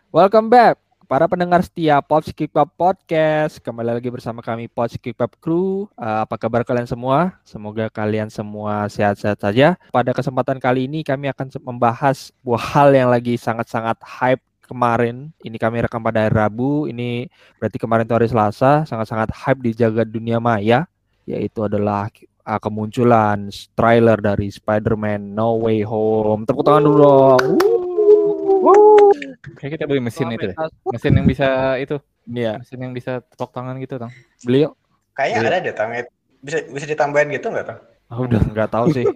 Welcome back para pendengar setia Pods Keep Up Podcast. Kembali lagi bersama kami Pods Keep Up Crew. Apa kabar kalian semua? Semoga kalian semua sehat-sehat saja. Pada kesempatan kali ini kami akan membahas buah hal yang lagi sangat-sangat hype kemarin. Ini kami rekam pada hari Rabu. Ini berarti kemarin itu hari Selasa. Sangat-sangat hype di jagat dunia maya. Yaitu adalah kemunculan trailer dari Spider-Man No Way Home. Tepuk tangan dulu dong. Kayak kita beli mesin itu deh. Metal. Mesin yang bisa itu. Iya, Mesin yang bisa tepuk tangan gitu, Tang. beliau Kayaknya Beliau. ada deh, Tang. Bisa ditambahin gitu nggak, Tang? udah nggak tahu sih.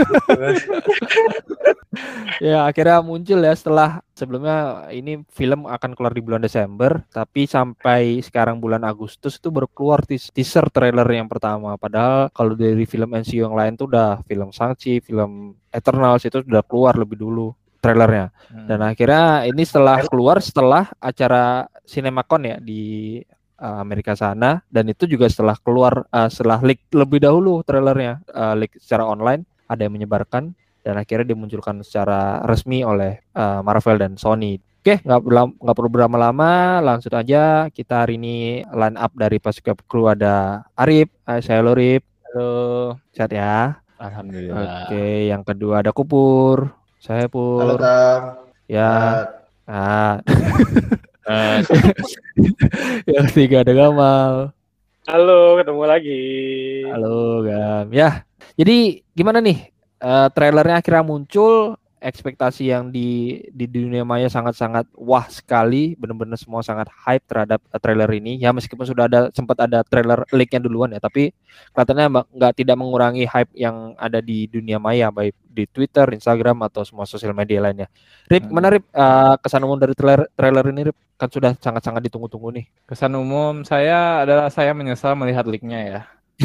Ya akhirnya muncul ya setelah sebelumnya ini film akan keluar di bulan Desember, tapi sampai sekarang bulan Agustus itu baru keluar teaser trailer yang pertama. Padahal kalau dari film MCU yang lain tuh udah film Shang-Chi, film Eternals itu sudah keluar lebih dulu trailernya. Dan akhirnya ini setelah keluar setelah acara CinemaCon ya di Amerika sana, dan itu juga setelah keluar setelah leak lebih dahulu trailernya, leak secara online, ada yang menyebarkan dan akhirnya dimunculkan secara resmi oleh Marvel dan Sony. Oke, nggak perlu berlama-lama, langsung aja kita hari ini line up dari Pasukan Kru ada Arif, saya Lorip. Halo. Sehat ya. Alhamdulillah. Oke, yang kedua ada Kupur, saya Halo, Pur. Tang. Ya. Yang ketiga ada Gamal. Halo, ketemu lagi. Halo Gam. Ya, jadi gimana nih? Trailernya akhirnya muncul, ekspektasi yang di dunia maya sangat-sangat wah sekali, benar-benar semua sangat hype terhadap trailer ini. Ya meskipun sudah sempat ada trailer leaknya duluan ya, tapi kelihatannya tidak mengurangi hype yang ada di dunia maya, baik di Twitter, Instagram atau semua sosial media lainnya. Rip, mana Rip? Kesan umum dari trailer ini, Rip? Kan sudah sangat-sangat ditunggu-tunggu nih. Kesan umum saya adalah saya menyesal melihat leak-nya ya.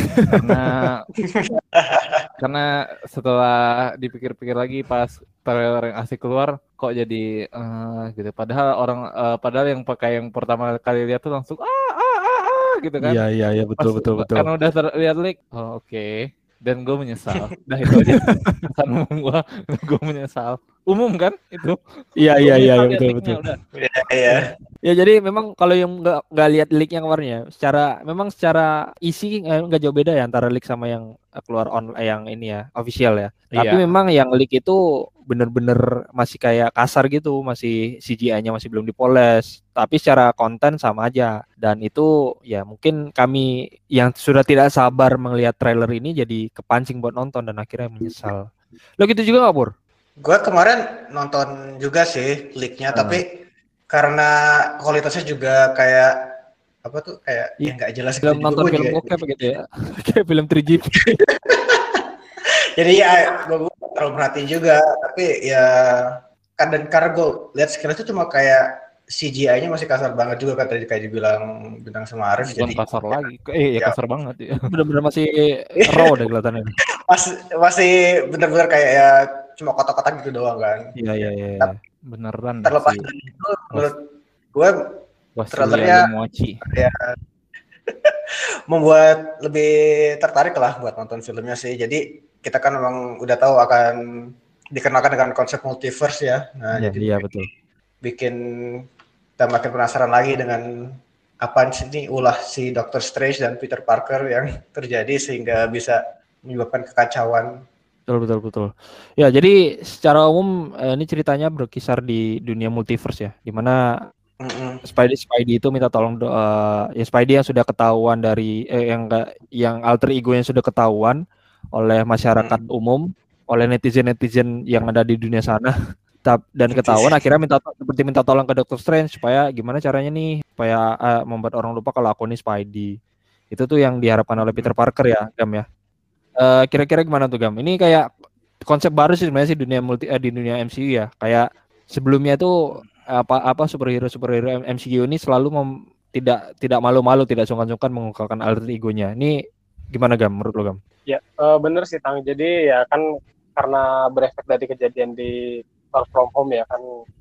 karena setelah dipikir-pikir lagi pas trailer yang asik keluar kok jadi gitu. Padahal yang pakai yang pertama kali lihat tuh langsung gitu kan. Iya betul. Karena udah terlihat leak. Oh, oke. Dan gue menyesal. Udah itu aja. Kesan umum gue menyesal. Umum kan itu. Iya betul. Iya. Ya jadi memang kalau yang nggak lihat leak yang kemarin ya, secara isi nggak jauh beda ya antara leak sama yang keluar yang ini ya official ya. Tapi memang yang leak itu bener-bener masih kayak kasar gitu, masih CGI-nya masih belum dipoles. Tapi secara konten sama aja. Dan itu ya mungkin kami yang sudah tidak sabar melihat trailer ini jadi kepancing buat nonton dan akhirnya menyesal. Lo gitu juga nggak, Pur? Gue kemarin nonton juga sih leak-nya, tapi karena kualitasnya juga kayak apa tuh kayak yang nggak jelas film gitu nonton juga, film bokep gitu ya. Kayak film 3GP. Jadi ya gue terlalu merhatiin juga, tapi ya kadang karena gue lihat sekilas itu cuma kayak CGI-nya masih kasar banget juga kan tadi kayak dibilang bintang sama Arif. Bukan Jadi kasar lagi. Kasar banget ya. Bener-bener masih raw deh kelihatannya. masih benar-benar kayak ya cuma kotak-kotak gitu doang kan. Iya. Beneran Terlepas dari itu, menurut gue trailernya ya, membuat lebih tertarik lah buat nonton filmnya sih. Jadi kita kan memang udah tahu akan dikenalkan dengan konsep multiverse ya. Nah, jadi betul. Bikin kita makin penasaran lagi dengan apa sih ulah si Doctor Strange dan Peter Parker yang terjadi sehingga bisa menyebabkan kekacauan. Betul. Ya, jadi secara umum ini ceritanya berkisar di dunia multiverse ya, di mana Spidey itu minta tolong ya Spidey yang sudah ketahuan dari yang alter ego yang sudah ketahuan oleh masyarakat umum, oleh netizen yang ada di dunia sana dan ketahuan akhirnya minta tolong ke Doctor Strange supaya gimana caranya nih supaya membuat orang lupa kalau aku nih Spidey. Itu tuh yang diharapkan oleh Peter Parker ya, Gam ya. Kira-kira gimana tuh Gam? Ini kayak konsep baru sih sebenarnya sih di dunia MCU ya. Kayak sebelumnya tuh apa superhero MCU ini selalu tidak malu-malu, tidak sungkan-sungkan mengungkapkan alter egonya. Ini gimana Gam menurut lo Gam? Ya bener sih Tang. Jadi ya kan karena berefek dari kejadian di Far From Home ya kan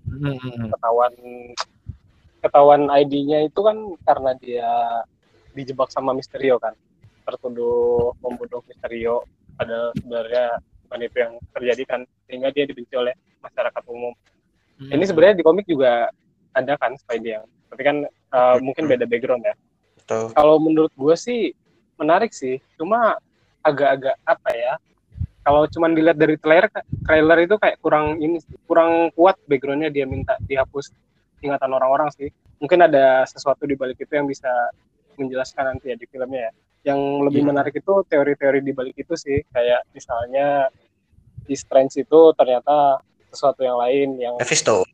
ketahuan ID-nya itu kan karena dia dijebak sama Mysterio kan, tertuduh membunuh Mysterio, padahal sebenarnya bukan itu yang terjadi kan, sehingga dia dibenci oleh masyarakat umum. Ini sebenarnya di komik juga ada kan Spidey yang, tapi kan mungkin beda background ya. Betul. Kalau menurut gue sih menarik sih, cuma agak-agak apa ya? Kalau cuma dilihat dari trailer itu kayak kurang kuat backgroundnya, dia minta dihapus ingatan orang-orang sih. Mungkin ada sesuatu di balik itu yang bisa menjelaskan nanti ya di filmnya ya. Yang lebih menarik itu teori-teori di balik itu sih, kayak misalnya di Strange itu ternyata sesuatu yang lain yang Mephisto.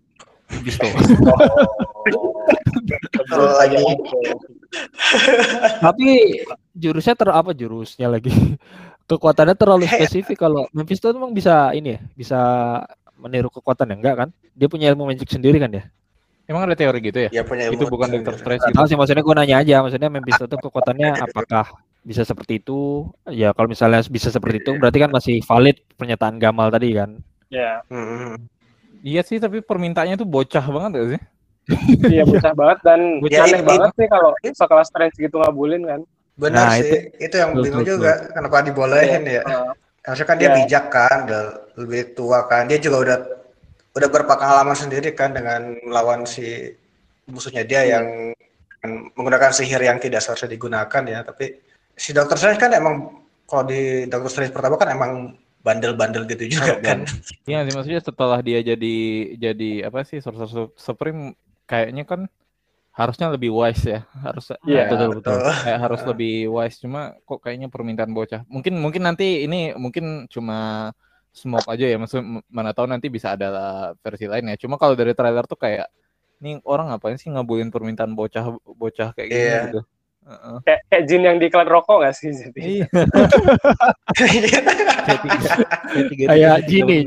lagi. Tapi jurusnya lagi. Kekuatannya terlalu spesifik. Kalau Mephisto memang bisa ini ya, bisa meniru kekuatan ya, enggak kan? Dia punya ilmu magic sendiri kan ya? Emang ada teori gitu ya? Ya punya Itu ilmu bukan sendiri. Doctor Strange Nggak gitu. tahu sih, maksudnya gue nanya aja. Maksudnya Mephisto itu kekuatannya apakah bisa seperti itu? Ya kalau misalnya bisa seperti itu, berarti kan masih valid pernyataan Gamal tadi kan? Ya. Iya sih, tapi permintaannya tuh bocah banget gak sih? Iya, bocah banget dan aneh banget sih kalau sekelas Strange gitu ngabulin kan. Benar sih, itu yang bingung juga. Kenapa dibolehin ya? Harusnya kan dia bijak kan, udah lebih tua kan. Dia juga udah berpengalaman sendiri kan dengan melawan si musuhnya dia yang menggunakan sihir yang tidak seharusnya digunakan ya. Tapi si Dr. Strange kan emang, kalau di Dr. Strange pertama kan emang bandel-bandel gitu juga kan. Iya, maksudnya setelah dia jadi apa sih, Sorcerer Supreme, kayaknya kan harusnya lebih wise ya, betul. Kayak harus lebih wise, cuma kok kayaknya permintaan bocah. Mungkin nanti ini cuma smoke aja ya, maksudnya mana tahu nanti bisa ada versi lain ya. Cuma kalau dari trailer tuh kayak ini orang ngapain sih ngabulin permintaan bocah kayak gini gitu. Kayak jin yang di iklan rokok nggak sih? Iya. Kayak gini.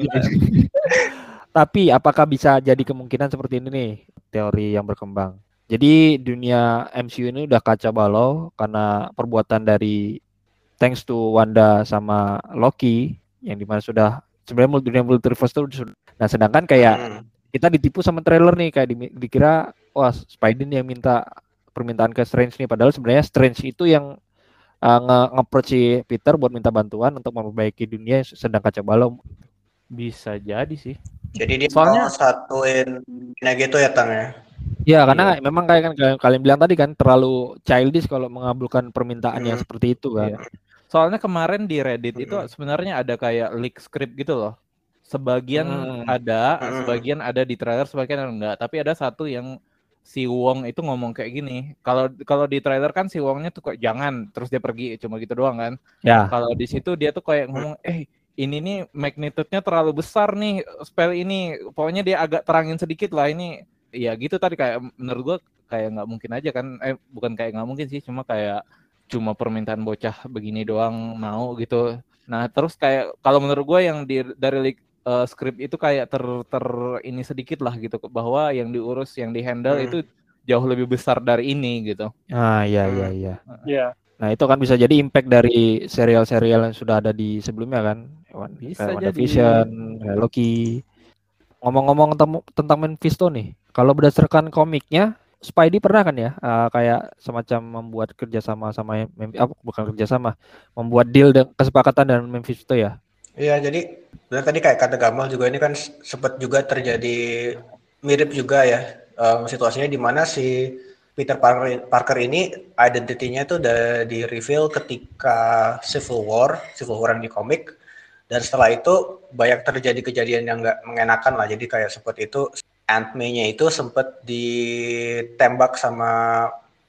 Tapi apakah bisa jadi kemungkinan seperti ini nih, teori yang berkembang? Jadi dunia MCU ini udah kacau balau karena perbuatan dari thanks to Wanda sama Loki, yang dimana sudah sebenarnya dunia multiverse itu sudah. Nah sedangkan kayak kita ditipu sama trailer nih, kayak dikira wah Spidey yang minta permintaan ke Strange nih, padahal sebenarnya Strange itu yang nge-approach si Peter buat minta bantuan untuk memperbaiki dunia yang sedang kacau balau. Bisa jadi sih. Jadi dia soalnya mau satuin gitu ya Tang ya. Ya karena memang kayak kan kalian bilang tadi kan terlalu childish kalau mengabulkan permintaan yang seperti itu kan. Soalnya kemarin di Reddit itu sebenarnya ada kayak leak script gitu loh. Sebagian sebagian ada di trailer, sebagian enggak. Tapi ada satu yang si Wong itu ngomong kayak gini. Kalau di trailer kan si Wongnya tuh kok jangan, terus dia pergi, cuma gitu doang kan. Ya. Kalau di situ dia tuh kayak ngomong, ini nih magnitude-nya terlalu besar nih spell ini. Pokoknya dia agak terangin sedikit lah ini. Ya gitu tadi, kayak menurut gua kayak nggak mungkin aja kan. Bukan kayak nggak mungkin sih, cuma cuma permintaan bocah begini doang mau gitu. Nah terus kayak kalau menurut gua yang dari skrip itu kayak ini sedikit lah gitu, bahwa yang diurus, yang dihandle itu jauh lebih besar dari ini gitu. Iya. Nah itu kan bisa jadi impact dari serial-serial yang sudah ada di sebelumnya kan, bisa kayak WandaVision, kayak Loki. Ngomong-ngomong tentang Mephisto nih, kalau berdasarkan komiknya, Spidey pernah kan ya kayak semacam membuat kerjasama sama bukan kerjasama, membuat deal dan kesepakatan dengan Mephisto ya. Iya, jadi benar tadi kayak kata Gamal juga, ini kan sempat juga terjadi mirip juga ya situasinya, di mana si Peter Parker ini identitinya itu udah di reveal ketika Civil War yang di komik, dan setelah itu banyak terjadi kejadian yang nggak mengenakan lah. Jadi kayak seperti itu, Aunt May-nya itu sempat ditembak sama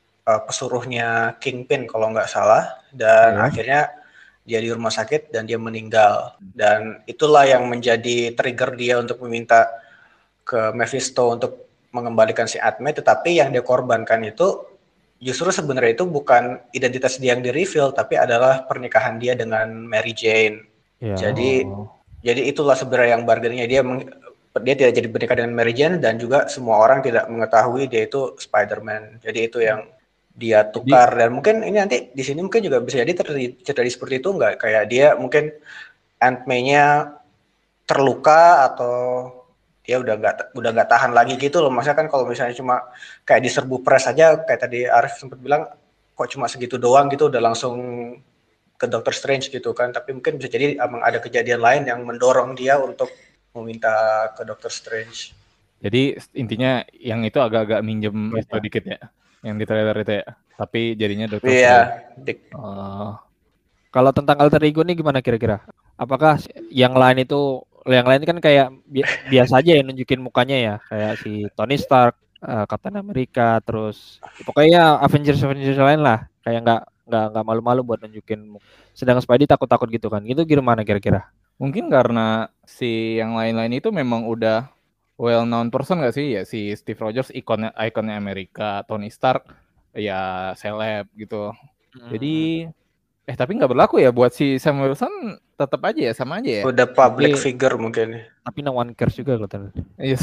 pesuruhnya Kingpin kalau nggak salah, dan akhirnya dia di rumah sakit dan dia meninggal. Dan itulah yang menjadi trigger dia untuk meminta ke Mephisto untuk mengembalikan si Aunt May, tetapi yang dia korbankan itu justru sebenarnya itu bukan identitas dia yang di-reveal, tapi adalah pernikahan dia dengan Mary Jane. Ya. Jadi itulah sebenarnya yang bargainnya, dia tidak jadi menikah dengan Mary Jane, dan juga semua orang tidak mengetahui dia itu Spider-Man. Jadi itu yang dia tukar. Dan mungkin ini nanti di sini mungkin juga bisa jadi terjadi seperti itu, nggak? Kayak dia mungkin Aunt May-nya terluka atau dia udah nggak tahan lagi gitu loh. Maksudnya kan kalau misalnya cuma kayak diserbu press aja, kayak tadi Arif sempat bilang, kok cuma segitu doang gitu udah langsung ke Doctor Strange gitu kan. Tapi mungkin bisa jadi emang ada kejadian lain yang mendorong dia untuk meminta ke Doctor Strange. Jadi intinya yang itu agak-agak minjem itu dikit ya, yang di trailer itu ya. Tapi jadinya Doctor Strange. Kalau tentang alter ego nih gimana kira-kira? Apakah yang lain kan kayak biasa aja ya nunjukin mukanya ya, kayak si Tony Stark, Captain America, terus pokoknya Avengers lain lah, kayak nggak malu-malu buat nunjukin. Sedangkan Spidey takut-takut gitu kan? Itu gimana kira-kira? Mungkin karena si yang lain-lain itu memang udah well known person nggak sih, ya si Steve Rogers ikonnya Amerika, Tony Stark ya seleb gitu. Jadi tapi nggak berlaku ya buat si Sam Wilson, tetap aja ya, sama aja ya. Udah public figure mungkin. Tapi no one cares juga kalau Iya,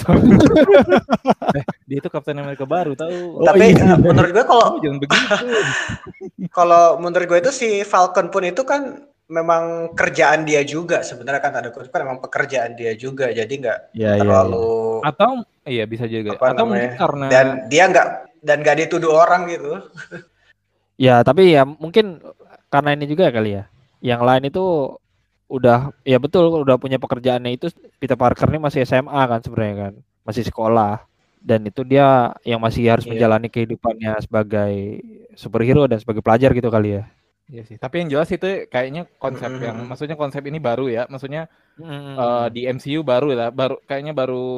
dia itu Captain America baru tahu. Tapi menurut gue kalau jangan begitu. Kalau menurut gue itu si Falcon pun itu kan memang kerjaan dia juga sebenarnya, kan ada kan memang pekerjaan dia juga, jadi nggak terlalu atau iya bisa juga atau mungkin karena dan dia nggak dituduh orang gitu. Ya tapi ya mungkin karena ini juga kali ya, yang lain itu udah ya betul udah punya pekerjaannya. Itu Peter Parker ini masih SMA kan sebenarnya kan, masih sekolah, dan itu dia yang masih harus menjalani kehidupannya sebagai superhero dan sebagai pelajar gitu kali ya. Iya sih, tapi yang jelas itu kayaknya konsep maksudnya konsep ini baru ya, maksudnya di MCU baru kayaknya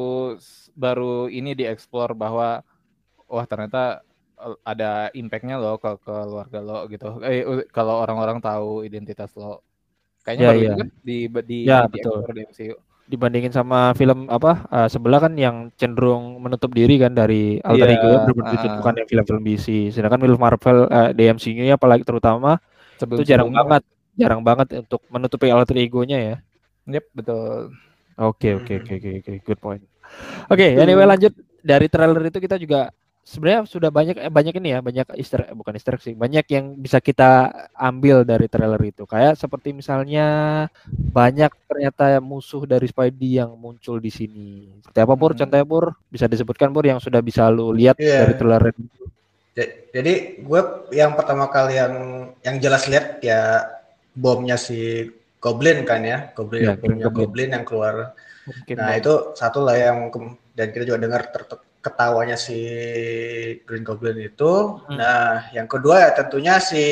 baru ini dieksplor bahwa wah ternyata ada impact-nya loh ke keluarga lo gitu. Kalau orang-orang tahu identitas lo. Kayaknya baru itu kan betul. Di MCU. Dibandingin sama film sebelah kan yang cenderung menutup diri kan dari alter ego ya, bukan yang film-film DC. Sedangkan film Marvel di MCU ya apalagi terutama itu jarang banget untuk menutupi alter egonya ya. Yep, betul. Oke, good point. Oke, anyway lanjut dari trailer itu kita juga sebenarnya sudah banyak ini ya, banyak bukan easter egg sih, banyak yang bisa kita ambil dari trailer itu. Kayak seperti misalnya banyak ternyata musuh dari Spidey yang muncul di sini. Seperti apa Pur? Contohnya Pur, bisa disebutkan Pur yang sudah bisa lu lihat dari trailer itu? Jadi gue yang pertama kali yang jelas lihat ya bomnya si Goblin kan ya, Goblin yang keluar. Nah itu satu lah yang, dan kita juga dengar ketawanya si Green Goblin itu. Nah, yang kedua ya tentunya si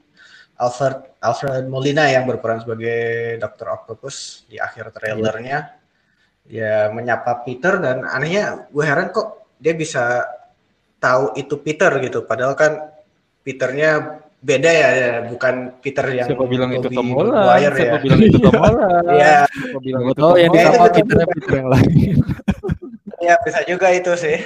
Alfred Molina yang berperan sebagai Dr. Octopus di akhir trailernya. Ya menyapa Peter, dan anehnya gue heran kok dia bisa tahu itu Peter gitu. Padahal kan Peternya beda ya, bukan Peter yang siapa bilang itu Tom Holland, siapa bilang itu Tom Holland. Iya. Siapa bilang itu Tom Holland. Yang Peter yang lain. Ya bisa juga itu sih.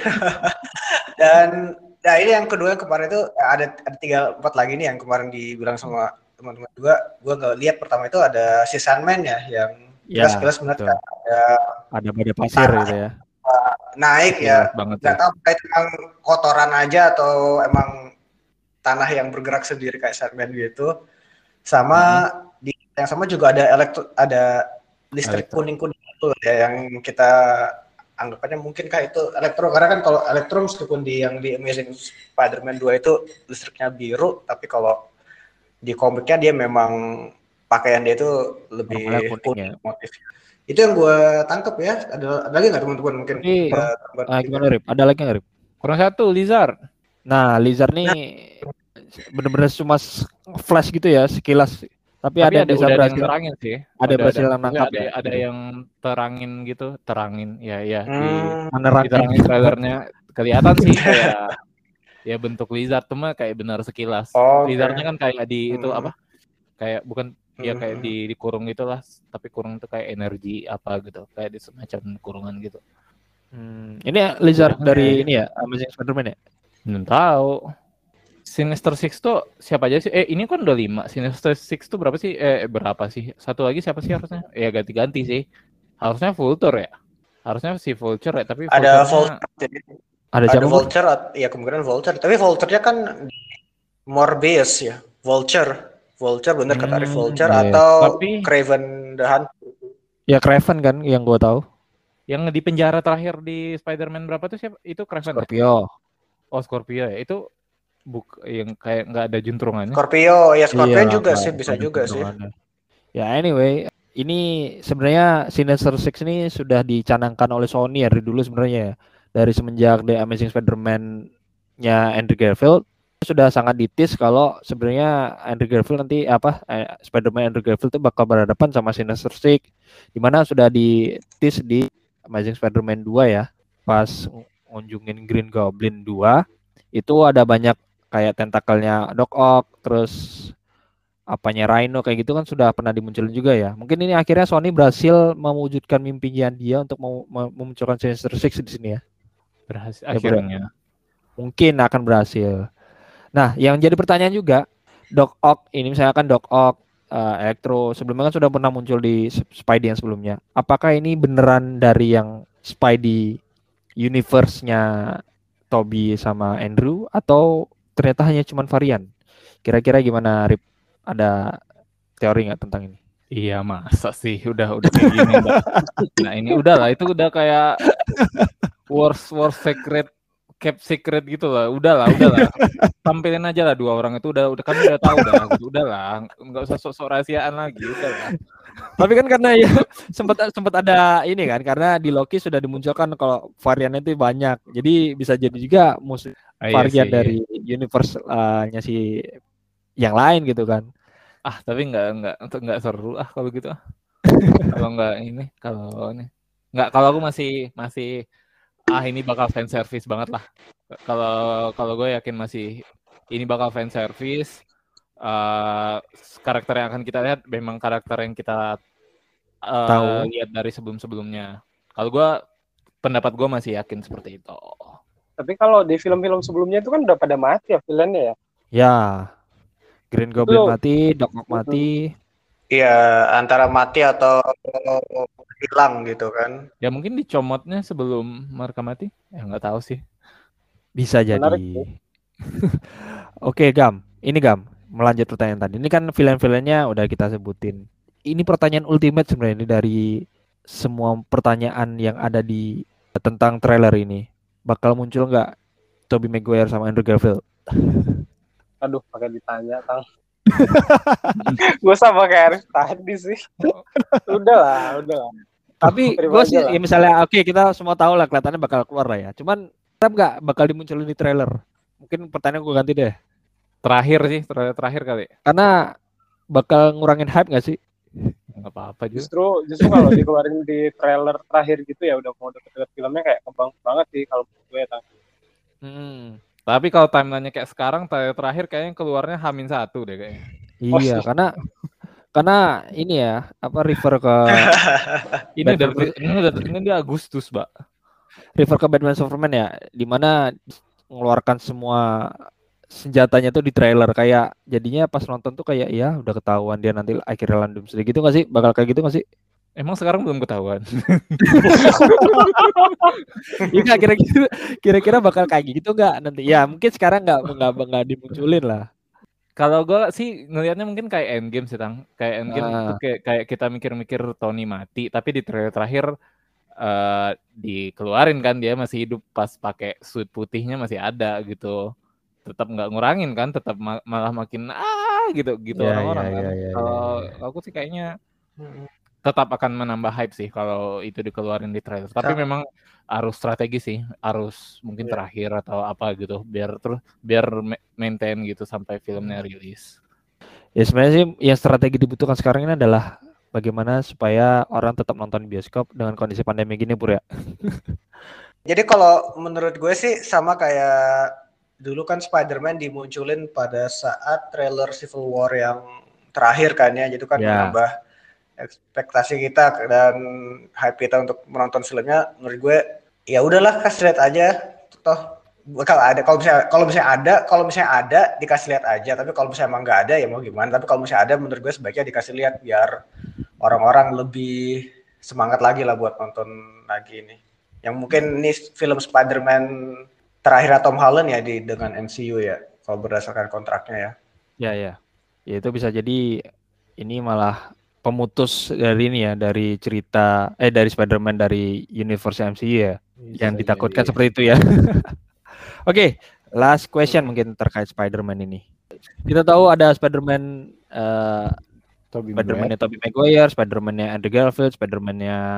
Dan nah ini yang kedua kemarin itu ada 3-4 lagi nih yang kemarin dibilang sama teman-teman juga. Gue nggak lihat pertama itu ada si Sandman ya, yang jelas melihat ada badai pasir gitu ya. Naik ya. Nggak tahu kayak emang kotoran aja atau emang tanah yang bergerak sendiri kayak Sandman gitu. Sama di yang sama juga ada listrik kuning-kuning itu ya, yang kita anggapannya mungkin kayak itu elektro, karena kan kalau elektro meskipun yang di Amazing Spider-Man 2 itu listriknya biru, tapi kalau di komiknya dia memang pakaian dia itu lebih kuning motifnya. Itu yang gue tangkap ya. Ada lagi nggak teman-teman mungkin? Gimana Rip? Ada lagi nggak Rip? Kurang satu, Lizard. Nah Lizard nih bener-bener cuma flash gitu ya sekilas. Tapi ada yang bisa berhasil terangin sih. Ada berhasil menangkap ya. Ada yang terangin gitu, ya. Diterangin trailernya kelihatan sih kayak ya bentuk lizard tuh mah kayak benar sekilas. Lizardnya kan kayak di itu apa? Kayak bukan ya kayak dikurung gitulah, tapi kurung itu kayak energi apa gitu, kayak di semacam kurungan gitu. Ini lizard dari ini ya, Amazing Spider-Man ya? Belum tahu. Sinister Six tuh siapa aja sih? Ini kan udah 5. Sinister Six tuh berapa sih? Berapa sih? Satu lagi siapa sih harusnya? Ya ganti-ganti sih. Harusnya Vulture ya. Harusnya si Vulture ya, tapi ada Vulture. Ada Vulture, ya kemungkinan Vulture. Tapi Vulture-nya kan Morbius ya. Vulture bener kata Arif, Vulture atau Kraven the Hunter. Ya Kraven kan yang gue tahu. Yang di penjara terakhir di Spider-Man berapa tuh siapa? Itu Kraven. Scorpio. Ya? Oh Scorpio ya. Itu yang kayak nggak ada juntrungannya. Scorpio juga sih, bisa juga sih. Ya anyway, ini sebenarnya Sinister Six ini sudah dicanangkan oleh Sony dari dulu sebenarnya ya. dari semenjak The Amazing Spider-Man-nya Andrew Garfield sudah sangat ditis kalau sebenarnya Andrew Garfield nanti Spider-Man Andrew Garfield itu bakal berhadapan sama Sinister Six, di mana sudah ditis di Amazing Spider-Man 2 ya, pas ngunjungin Green Goblin 2 itu ada banyak kayak tentakelnya Doc Ock, terus apanya Rhino kayak gitu kan sudah pernah dimunculin juga ya. Mungkin ini akhirnya Sony berhasil mewujudkan mimpinya dia untuk memunculkan Sinister Six di sini ya. Berhasil akhirnya. Mungkin akan berhasil. Nah, yang jadi pertanyaan juga, Doc Ock ini misalnya kan Doc Ock, Electro sebelumnya kan sudah pernah muncul di Spidey yang sebelumnya. Apakah ini beneran dari yang Spidey universe-nya Tobey sama Andrew atau ternyata hanya cuman varian? Kira-kira gimana, Rip? Ada teori nggak tentang ini? Iya, masa sih udah kayak gini. Nah, ini udahlah, itu udah kayak worst secret, kept secret gitu lah. Udahlah. Tampilin aja lah dua orang itu udah kami udah tahu dah gitu. Udahlah, nggak usah sok rahasiaan lagi, udahlah. Tapi kan karena ya sempat ada ini kan, karena di Loki sudah dimunculkan kalau variannya itu banyak. Jadi bisa jadi juga musuh varian dari universe-nya si yang lain gitu kan. Tapi nggak seru kalau gitu. Kalau aku masih ini bakal fan service banget lah. Kalau gue yakin masih ini bakal fan service. Karakter yang akan kita lihat memang karakter yang kita lihat dari sebelumnya. Kalau gue, pendapat gue masih yakin seperti itu. Tapi kalau di film-film sebelumnya itu kan udah pada mati ya villainnya ya. Ya, Green Goblin mati, Doc Ock mati. Iya, antara mati atau hilang gitu kan. Ya mungkin dicomotnya sebelum mereka mati. Ya nggak tahu sih. Bisa jadi. Oke, Gam. Ini Gam, melanjut pertanyaan tadi. Ini kan villain-villainnya udah kita sebutin. Ini pertanyaan ultimate sebenarnya ini dari semua pertanyaan yang ada di tentang trailer ini. Bakal muncul nggak Tobey Maguire sama Andrew Garfield? Aduh, pakai ditanya, Kang. Gue sama kayak Arif tadi sih. Udahlah. Tapi gue sih ya misalnya kita semua tahu lah kelihatannya bakal keluar lah ya. Cuman tetap nggak bakal dimunculin di trailer. Mungkin pertanyaan gue ganti deh. Terakhir kali. Karena bakal ngurangin hype nggak sih? Nggak apa-apa juga. Justru kalau dikeluarin di trailer terakhir gitu ya udah mau deket-deket filmnya kayak kebang banget sih kalau gue ya. Tapi kalau timeline-nya kayak sekarang, terakhir kayaknya keluarnya H-1 deh kayaknya. Iya, karena ini ya, refer ke ini dia Agustus, Mbak. Refer ke Batman Superman ya, dimana mengeluarkan semua senjatanya tuh di trailer, kayak jadinya pas nonton tuh kayak ya udah ketahuan dia nanti akhirnya landum sedikit gitu nggak sih? Bakal kayak gitu nggak sih? Emang sekarang belum ketahuan. Iya, kira-kira bakal kayak gitu nggak nanti? Ya mungkin sekarang nggak dimunculin lah. Kalau gue sih ngelihatnya mungkin kayak Endgame sih, Tang. Kayak Endgame itu kayak kita mikir-mikir Tony mati, tapi di trailer terakhir dikeluarin kan dia masih hidup pas pakai suit putihnya masih ada gitu. Tetap nggak ngurangin kan, tetap malah makin gitu orang-orang kan. Kalau aku sih kayaknya tetap akan menambah hype sih kalau itu dikeluarin di trailer. Tapi memang harus strategi sih, harus mungkin terakhir atau apa gitu, biar maintain gitu sampai filmnya rilis. Ya sebenarnya sih yang strategi dibutuhkan sekarang ini adalah bagaimana supaya orang tetap nonton bioskop dengan kondisi pandemi gini, Pur ya. Jadi kalau menurut gue sih sama kayak dulu kan Spider-Man dimunculin pada saat trailer Civil War yang terakhir kan ya, jadi kan menambah ekspektasi kita dan hype kita untuk menonton filmnya. Menurut gue ya udahlah, kasih lihat aja, toh bakal ada. Kalau misalnya ada dikasih lihat aja, tapi kalau misalnya emang nggak ada ya mau gimana. Tapi kalau misalnya ada, menurut gue sebaiknya dikasih lihat biar orang-orang lebih semangat lagi lah buat nonton lagi ini. Yang mungkin ini film Spider-Man terakhir Tom Holland ya dengan MCU ya, kalau berdasarkan kontraknya ya. Ya itu bisa jadi ini malah pemutus dari ini ya, dari cerita dari Spider-Man dari universe MCU ya, yang ditakutkan seperti itu ya. Oke, last question mungkin terkait Spider-Man ini. Kita tahu ada Spider-Man Spider-Man-nya Tobey Maguire, Spider-Man-nya Andrew Garfield, Spider-Man-nya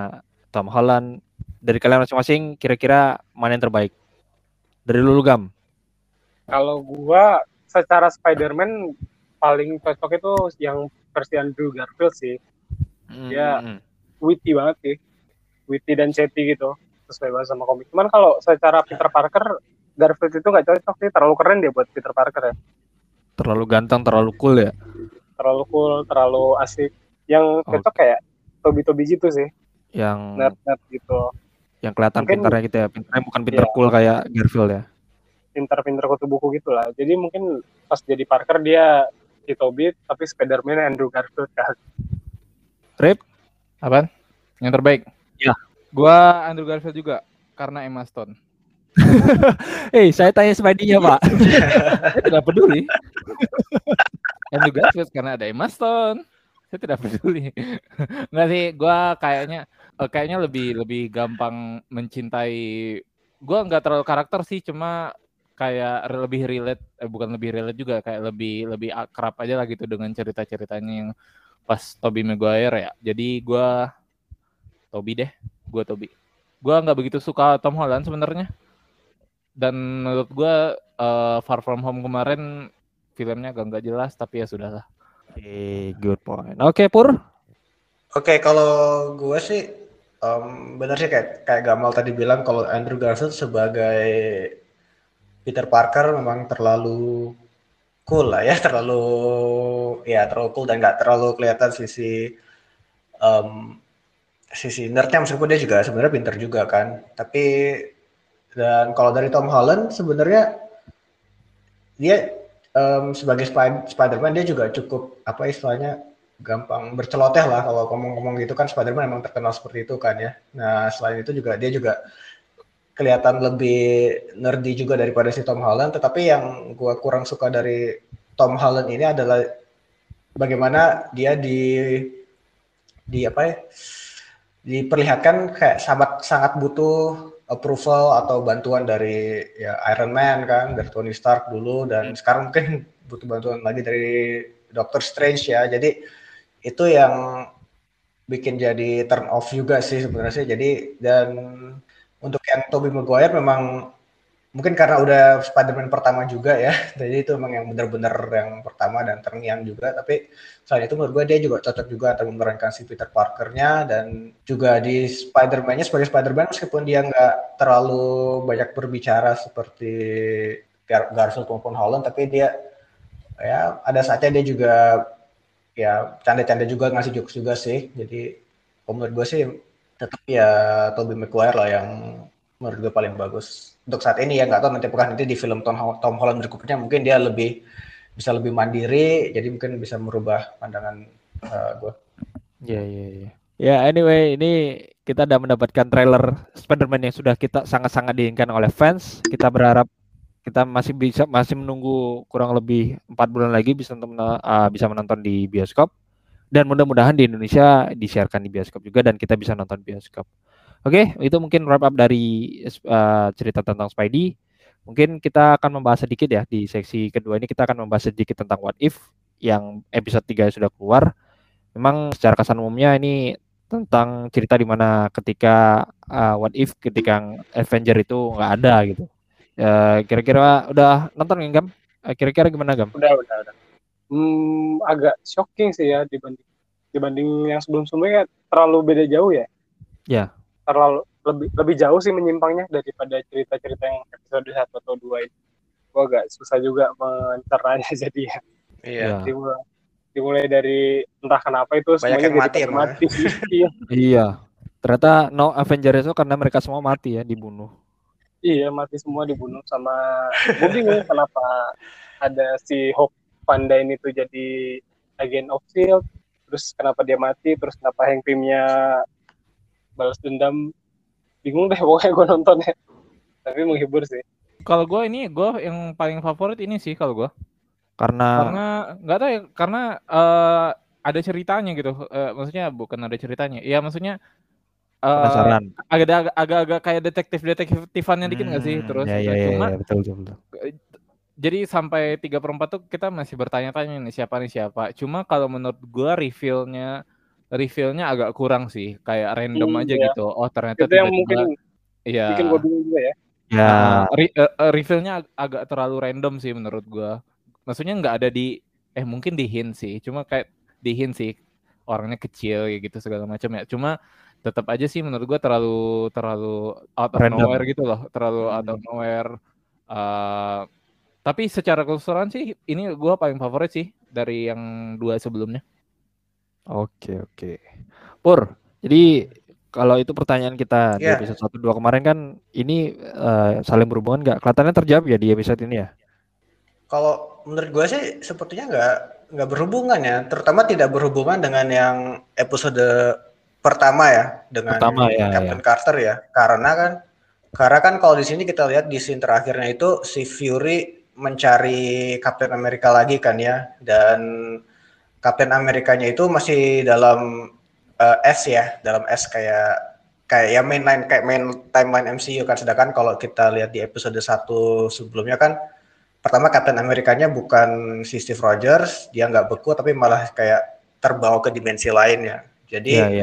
Tom Holland. Dari kalian masing-masing kira-kira mana yang terbaik? Dari lu Gam. Kalau gua secara Spider-Man paling cocok itu yang versi Andrew Garfield sih. Dia witty banget sih. Witty dan chatty gitu. Sesuai banget sama komik. Cuman kalau secara Peter Parker, Garfield itu nggak cocok sih. Terlalu keren dia buat Peter Parker ya. Terlalu ganteng, terlalu cool ya? Terlalu cool, terlalu asik. Yang cocok kayak Toby gitu sih. Yang nerd gitu. Yang kelihatan mungkin, pintarnya gitu ya. Pintarnya bukan pintar cool kayak Garfield ya. Pintar-pintar kutu buku gitu lah. Jadi mungkin pas jadi Parker dia si Toby, tapi Spider-Man Andrew Garfield kan. Rip? Apaan? Yang terbaik? Ya. Gua Andrew Garfield juga, karena Emma Stone. Saya tanya Spidey-nya, Pak. Saya tidak peduli. Andrew Garfield karena ada Emma Stone. Saya tidak peduli. Enggak sih, gua kayaknya lebih gampang mencintai. Gua nggak terlalu karakter sih, cuma kayak lebih relate, bukan lebih relate juga, kayak lebih akrab aja lah gitu dengan cerita-ceritanya yang pas Tobey Maguire ya. Jadi gua Toby. Gua nggak begitu suka Tom Holland sebenarnya. Dan menurut gua Far From Home kemarin filmnya agak nggak jelas, tapi ya sudahlah. Good point. Oke, Pur. Oke, kalau gue sih benar sih kayak Gamal tadi bilang, kalau Andrew Garfield sebagai Peter Parker memang terlalu cool lah ya, terlalu cool dan nggak terlalu kelihatan sisi nerdnya, meskipun dia juga sebenarnya pinter juga kan. Tapi dan kalau dari Tom Holland sebenarnya dia sebagai Spider-Man dia juga cukup apa istilahnya gampang berceloteh lah kalau ngomong-ngomong gitu kan. Spider-Man memang terkenal seperti itu kan ya. Nah selain itu juga dia juga kelihatan lebih nerdy juga daripada si Tom Holland. Tetapi yang gue kurang suka dari Tom Holland ini adalah bagaimana dia diperlihatkan kayak sangat butuh approval atau bantuan dari Iron Man kan, dari Tony Stark dulu, dan sekarang mungkin butuh bantuan lagi dari Doctor Strange ya. Jadi itu yang bikin jadi turn off juga sih sebenarnya. Jadi dan untuk yang Tobey Maguire memang mungkin karena udah Spider-Man pertama juga ya, jadi itu memang yang benar-benar yang pertama dan terngiang juga. Tapi selain itu menurut gue dia juga cocok juga untuk memerankan si Peter Parker-nya, dan juga di Spider-Man-nya sebagai Spider-Man meskipun dia nggak terlalu banyak berbicara seperti Garfield maupun Holland, tapi dia ya ada saatnya dia juga ya canda-canda juga, ngasih jokes juga sih. Jadi menurut gue sih tetap ya Tobey Maguire lah yang menurut gue paling bagus untuk saat ini ya. Nggak tahu nanti di film Tom Holland berikutnya mungkin dia bisa lebih mandiri, jadi mungkin bisa merubah pandangan gue. Ya anyway, ini kita udah mendapatkan trailer Spider-Man yang sudah kita sangat-sangat diinginkan oleh fans. Kita berharap kita masih menunggu kurang lebih 4 bulan lagi bisa menonton di bioskop, dan mudah-mudahan di Indonesia disiarkan di bioskop juga dan kita bisa nonton bioskop. Oke, itu mungkin wrap up dari cerita tentang Spidey. Mungkin kita akan membahas sedikit ya di seksi kedua ini, kita akan membahas sedikit tentang What If yang episode 3 sudah keluar. Memang secara kesan umumnya ini tentang cerita di mana ketika What If ketika Avenger itu nggak ada gitu. Kira-kira udah nonton nggak Gam? Kira-kira gimana Gam? Udah. Agak shocking sih ya dibanding yang sebelum-sebelumnya, terlalu beda jauh ya. Ya. Terlalu lebih jauh sih menyimpangnya daripada cerita-cerita yang episode 1 atau 2 ini. Gua agak susah juga mencernanya jadi ya. Iya. Dimulai dari entah kenapa itu banyak semuanya yang mati. Iya. Ternyata no Avengers itu karena mereka semua mati ya, dibunuh. Iya, mati semua, dibunuh sama gue bingung kenapa ada si Hope Van Dyne itu jadi Agent of S.H.I.E.L.D. Terus kenapa dia mati, terus kenapa Hank Pym-nya balas dendam. Bingung deh pokoknya gue nontonnya. Tapi menghibur sih. Kalau gue yang paling favorit ini sih kalau gue. Karena nggak tahu ya, karena ada ceritanya gitu. Maksudnya bukan ada ceritanya. Iya maksudnya penasaran. Agak-agak kayak detektifannya dikit nggak sih? Terus cuma betul. Jadi sampai 3/4 tuh kita masih bertanya-tanya nih siapa. Cuma kalau menurut gue reveal-nya reveal-nya agak kurang sih, kayak random aja Iya. gitu. Oh ternyata Itu yang tiba-tiba, mungkin iya. bikin gue bingung juga ya. Ya, Reveal-nya agak terlalu random sih menurut gue. Maksudnya nggak ada mungkin di hint sih, cuma kayak di hint sih orangnya kecil ya gitu segala macam ya. Cuma tetap aja sih menurut gue terlalu out of Random. nowhere gitu loh, terlalu out of nowhere. Tapi secara keseluruhan sih ini gue paling favorit sih dari yang 2 sebelumnya. Oke. Pur, jadi kalau itu pertanyaan kita di Iya. episode 1-2 kemarin kan ini saling berhubungan nggak? Kelihatannya terjawab ya di episode ini ya? Kalau menurut gue sih sepertinya nggak berhubungan ya, terutama tidak berhubungan dengan yang episode pertama ya, dengan Captain Carter ya. Karena kan kalau di sini kita lihat di scene terakhirnya itu si Fury mencari Captain America lagi kan ya, dan Captain Amerikanya itu masih dalam S ya, dalam S kayak ya main timeline MCU kan. Sedangkan kalau kita lihat di episode 1 sebelumnya kan, pertama Captain Amerikanya bukan si Steve Rogers, dia nggak beku tapi malah kayak terbawa ke dimensi lain ya. Jadi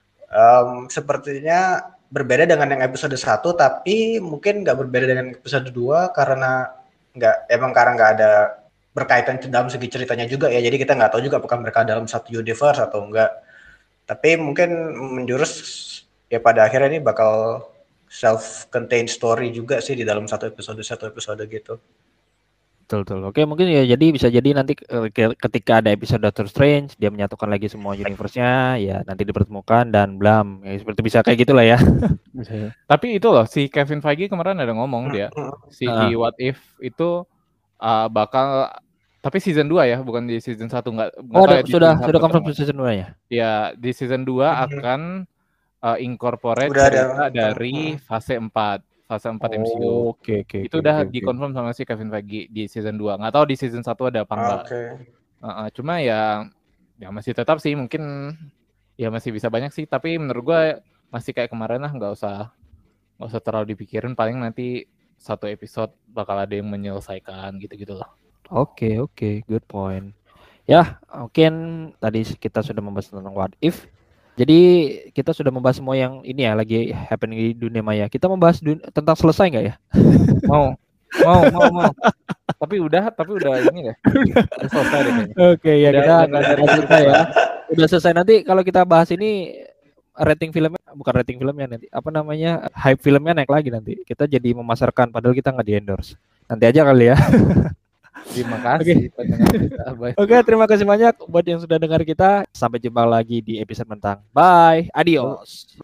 sepertinya berbeda dengan yang episode 1, tapi mungkin nggak berbeda dengan episode 2 karena nggak ada berkaitan dalam segi ceritanya juga ya. Jadi kita nggak tahu juga apakah mereka dalam satu universe atau enggak. Tapi mungkin menjurus ya pada akhirnya ini bakal self-contained story juga sih di dalam satu episode gitu. Betul. Oke, mungkin ya jadi bisa jadi nanti ketika ada episode Doctor Strange dia menyatukan lagi semua universe-nya, ya nanti dipertemukan dan blam. Ya seperti bisa kayak gitulah ya. Tapi itu loh si Kevin Feige kemarin ada ngomong dia di What If itu bakal, tapi season 2 ya, bukan di season 1 enggak. Sudah confirm season 2 ya? Ya, di season 2 akan incorporate cerita dari fase 4 MCU. Oke. Itu udah dikonfirm sama si Kevin Feige di season 2. Nggak tahu di season 1 ada apa enggak. Cuma ya masih tetap sih mungkin ya masih bisa banyak sih, tapi menurut gue masih kayak kemarin lah, nggak usah terlalu dipikirin, paling nanti satu episode bakal ada yang menyelesaikan gitu-gitu lah. Oke, good point. Ya, mungkin tadi kita sudah membahas tentang What If. Jadi kita sudah membahas semua yang ini ya lagi happening di dunia maya. Kita membahas tentang selesai nggak ya? Mau. Tapi udah ini deh. Udah selesai deh. Oke, ya kita selesai ya. Udah selesai. Nanti kalau kita bahas ini bukan rating filmnya nanti. Apa namanya? Hype filmnya naik lagi nanti. Kita jadi memasarkan padahal kita nggak di-endorse. Nanti aja kali ya. Terima kasih. Oke, terima kasih banyak buat yang sudah dengar kita. Sampai jumpa lagi di episode mendatang. Bye. Adios.